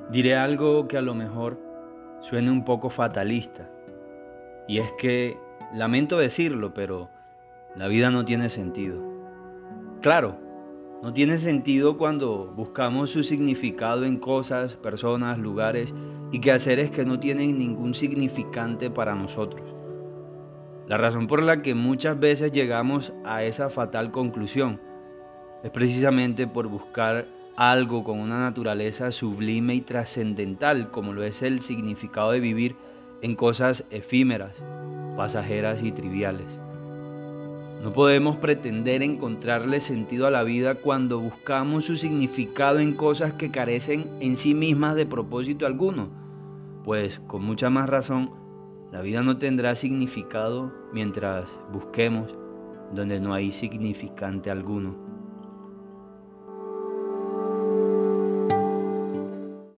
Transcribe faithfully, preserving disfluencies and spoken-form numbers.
Diré algo que a lo mejor suene un poco fatalista, y es que, lamento decirlo, pero la vida no tiene sentido. Claro, no tiene sentido cuando buscamos su significado en cosas, personas, lugares y quehaceres que no tienen ningún significante para nosotros. La razón por la que muchas veces llegamos a esa fatal conclusión es precisamente por buscar algo con una naturaleza sublime y trascendental, como lo es el significado de vivir en cosas efímeras, pasajeras y triviales. No podemos pretender encontrarle sentido a la vida cuando buscamos su significado en cosas que carecen en sí mismas de propósito alguno, pues con mucha más razón, la vida no tendrá significado mientras busquemos donde no hay significante alguno.